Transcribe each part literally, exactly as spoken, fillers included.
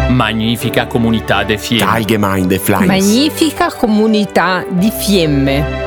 Magnifica comunità de Fiemme. Allgemeine Fleiß. Magnifica comunità di Fiemme.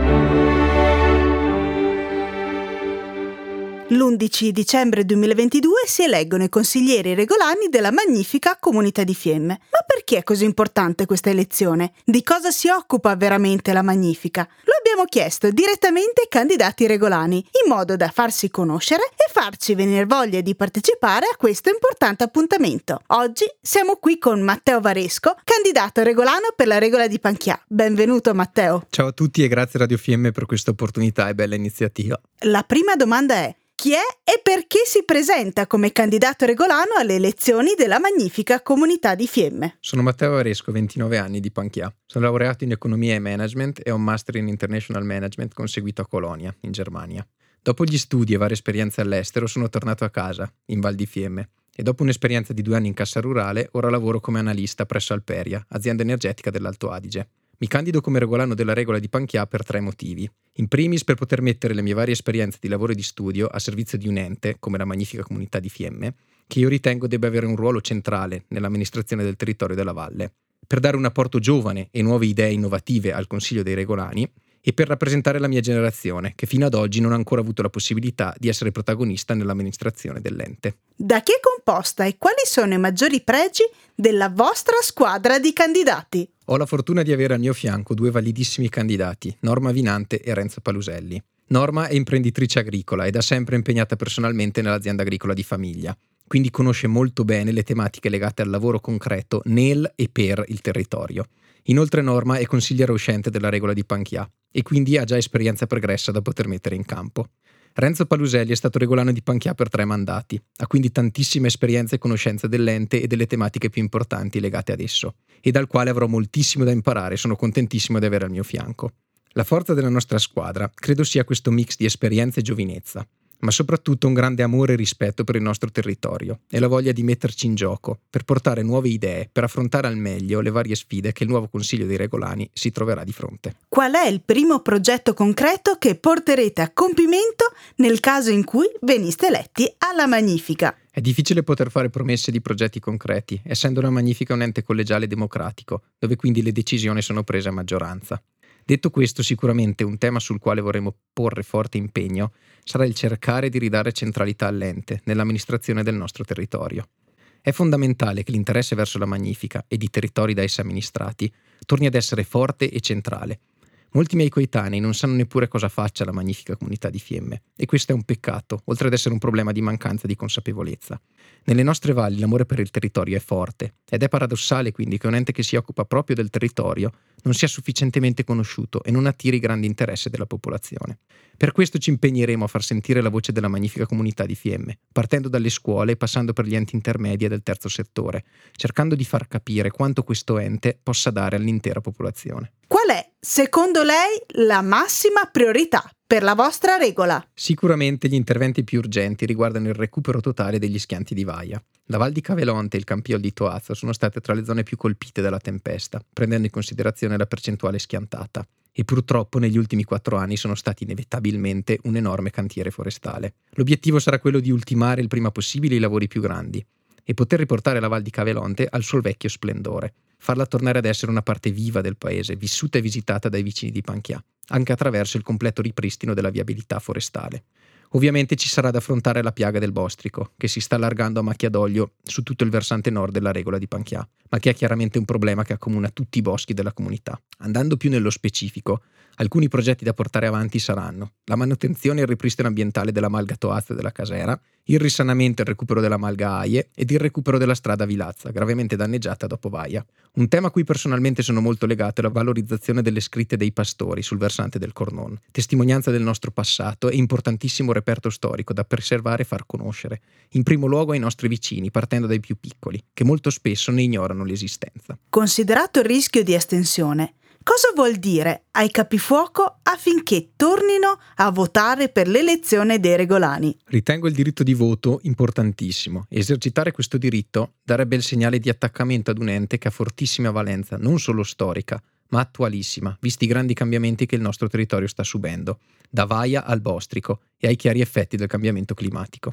L'undici dicembre duemilaventidue si eleggono i consiglieri regolani della Magnifica Comunità di Fiemme. Ma perché è così importante questa elezione? Di cosa si occupa veramente la Magnifica? Lo abbiamo chiesto direttamente ai candidati regolani, in modo da farsi conoscere e farci venire voglia di partecipare a questo importante appuntamento. Oggi siamo qui con Matteo Varesco, candidato regolano per la regola di Panchià. Benvenuto Matteo. Ciao a tutti e grazie Radio Fiemme per questa opportunità e bella iniziativa. La prima domanda è: chi è e perché si presenta come candidato regolano alle elezioni della Magnifica Comunità di Fiemme? Sono Matteo Varesco, ventinove anni, di Panchià. Sono laureato in economia e management e ho un master in international management conseguito a Colonia, in Germania. Dopo gli studi e varie esperienze all'estero sono tornato a casa, in Val di Fiemme, e dopo un'esperienza di due anni in cassa rurale ora lavoro come analista presso Alperia, azienda energetica dell'Alto Adige. Mi candido come regolano della regola di Panchià per tre motivi. In primis, per poter mettere le mie varie esperienze di lavoro e di studio a servizio di un ente, come la Magnifica Comunità di Fiemme, che io ritengo debba avere un ruolo centrale nell'amministrazione del territorio della valle, per dare un apporto giovane e nuove idee innovative al Consiglio dei Regolani e per rappresentare la mia generazione, che fino ad oggi non ha ancora avuto la possibilità di essere protagonista nell'amministrazione dell'ente. Da chi è composta e quali sono i maggiori pregi della vostra squadra di candidati? Ho la fortuna di avere al mio fianco due validissimi candidati, Norma Vinante e Renzo Paluselli. Norma è imprenditrice agricola e da sempre impegnata personalmente nell'azienda agricola di famiglia, quindi conosce molto bene le tematiche legate al lavoro concreto nel e per il territorio. Inoltre Norma è consigliera uscente della regola di Panchià e quindi ha già esperienza pregressa da poter mettere in campo. Renzo Paluselli è stato regolano di Panchià per tre mandati, ha quindi tantissime esperienze e conoscenze dell'ente e delle tematiche più importanti legate ad esso, e dal quale avrò moltissimo da imparare e sono contentissimo di avere al mio fianco. La forza della nostra squadra credo sia questo mix di esperienza e giovinezza, ma soprattutto un grande amore e rispetto per il nostro territorio e la voglia di metterci in gioco per portare nuove idee, per affrontare al meglio le varie sfide che il nuovo Consiglio dei Regolani si troverà di fronte. Qual è il primo progetto concreto che porterete a compimento nel caso in cui veniste eletti alla Magnifica? È difficile poter fare promesse di progetti concreti, essendo la Magnifica un ente collegiale democratico, dove quindi le decisioni sono prese a maggioranza. Detto questo, sicuramente un tema sul quale vorremmo porre forte impegno sarà il cercare di ridare centralità all'ente nell'amministrazione del nostro territorio. È fondamentale che l'interesse verso la Magnifica e di territori da essa amministrati torni ad essere forte e centrale. Molti miei coetanei non sanno neppure cosa faccia la Magnifica Comunità di Fiemme e questo è un peccato, oltre ad essere un problema di mancanza di consapevolezza. Nelle nostre valli l'amore per il territorio è forte ed è paradossale quindi che un ente che si occupa proprio del territorio non sia sufficientemente conosciuto e non attiri grande interesse della popolazione. Per questo ci impegneremo a far sentire la voce della Magnifica Comunità di Fiemme, partendo dalle scuole e passando per gli enti intermedi e del terzo settore, cercando di far capire quanto questo ente possa dare all'intera popolazione. Qual è, secondo lei, la massima priorità per la vostra regola? Sicuramente gli interventi più urgenti riguardano il recupero totale degli schianti di Vaia. La Val di Cavelonte e il Campiol di Toazzo sono state tra le zone più colpite dalla tempesta, prendendo in considerazione la percentuale schiantata. E purtroppo negli ultimi quattro anni sono stati inevitabilmente un enorme cantiere forestale. L'obiettivo sarà quello di ultimare il prima possibile i lavori più grandi e poter riportare la Val di Cavelonte al suo vecchio splendore, farla tornare ad essere una parte viva del paese, vissuta e visitata dai vicini di Panchià, anche attraverso il completo ripristino della viabilità forestale. Ovviamente ci sarà da affrontare la piaga del bostrico, che si sta allargando a macchia d'olio su tutto il versante nord della regola di Panchià, ma che è chiaramente un problema che accomuna tutti i boschi della comunità. Andando più nello specifico, alcuni progetti da portare avanti saranno la manutenzione e il ripristino ambientale della malga Toazzo e della Casera, il risanamento e il recupero della malga Aie ed il recupero della strada Vilazza, gravemente danneggiata dopo Vaia. Un tema a cui personalmente sono molto legato è la valorizzazione delle scritte dei pastori sul versante del Cornon, testimonianza del nostro passato e importantissimo reperto storico da preservare e far conoscere, in primo luogo ai nostri vicini, partendo dai più piccoli, che molto spesso ne ignorano l'esistenza. Considerato il rischio di estensione, cosa vuol dire ai capifuoco affinché tornino a votare per l'elezione dei regolani? Ritengo il diritto di voto importantissimo. Esercitare questo diritto darebbe il segnale di attaccamento ad un ente che ha fortissima valenza, non solo storica, ma attualissima, visti i grandi cambiamenti che il nostro territorio sta subendo, da Vaia al Bostrico e ai chiari effetti del cambiamento climatico.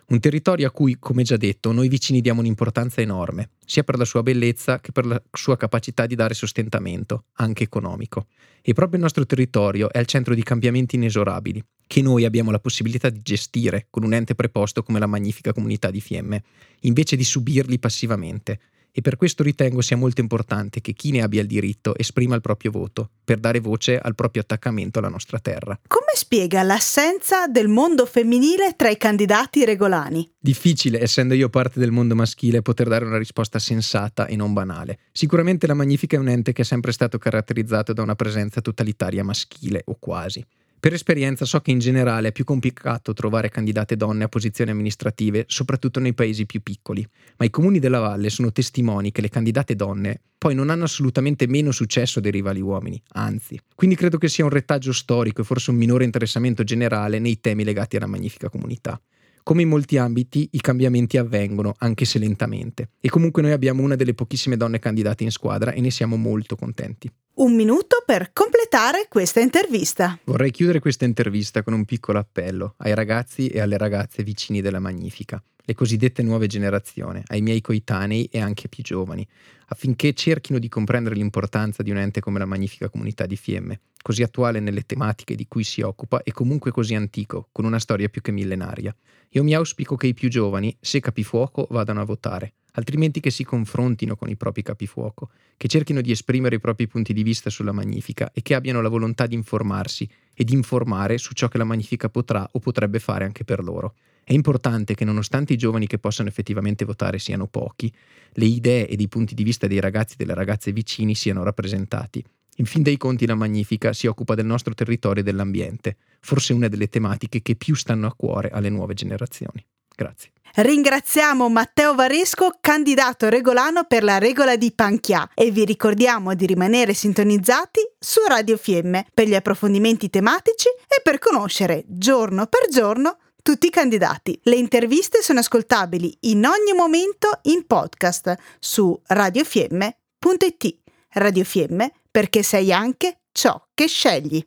Un territorio a cui, come già detto, noi vicini diamo un'importanza enorme, sia per la sua bellezza che per la sua capacità di dare sostentamento, anche economico. E proprio il nostro territorio è al centro di cambiamenti inesorabili, che noi abbiamo la possibilità di gestire con un ente preposto come la magnifica Comunità di Fiemme, invece di subirli passivamente. E per questo ritengo sia molto importante che chi ne abbia il diritto esprima il proprio voto, per dare voce al proprio attaccamento alla nostra terra. Come spiega l'assenza del mondo femminile tra i candidati regolani? Difficile, essendo io parte del mondo maschile, poter dare una risposta sensata e non banale. Sicuramente la Magnifica è un ente che è sempre stato caratterizzato da una presenza totalitaria maschile, o quasi. Per esperienza so che in generale è più complicato trovare candidate donne a posizioni amministrative, soprattutto nei paesi più piccoli, ma i comuni della valle sono testimoni che le candidate donne poi non hanno assolutamente meno successo dei rivali uomini, anzi. Quindi credo che sia un retaggio storico e forse un minore interessamento generale nei temi legati alla Magnifica Comunità. Come in molti ambiti, i cambiamenti avvengono, anche se lentamente. E comunque noi abbiamo una delle pochissime donne candidate in squadra e ne siamo molto contenti. Un minuto per completare questa intervista. Vorrei chiudere questa intervista con un piccolo appello ai ragazzi e alle ragazze vicini della Magnifica, le cosiddette nuove generazioni, ai miei coetanei e anche più giovani, affinché cerchino di comprendere l'importanza di un ente come la Magnifica Comunità di Fiemme, così attuale nelle tematiche di cui si occupa e comunque così antico, con una storia più che millenaria. Io mi auspico che i più giovani, se capifuoco, vadano a votare, altrimenti che si confrontino con i propri capifuoco, che cerchino di esprimere i propri punti di vista sulla Magnifica e che abbiano la volontà di informarsi e di informare su ciò che la Magnifica potrà o potrebbe fare anche per loro. È importante che nonostante i giovani che possano effettivamente votare siano pochi, le idee ed i punti di vista dei ragazzi e delle ragazze vicini siano rappresentati. In fin dei conti la Magnifica si occupa del nostro territorio e dell'ambiente, forse una delle tematiche che più stanno a cuore alle nuove generazioni. Grazie. Ringraziamo Matteo Varesco, candidato regolano per la regola di Panchià, e vi ricordiamo di rimanere sintonizzati su Radio Fiemme per gli approfondimenti tematici e per conoscere giorno per giorno tutti i candidati. Le interviste sono ascoltabili in ogni momento in podcast su radiofiemme punto it. Radio Fiemme, perché sei anche ciò che scegli.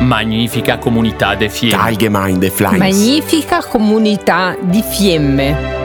Magnifica Comunità de Fiemme. Magnifica Comunità di Fiemme.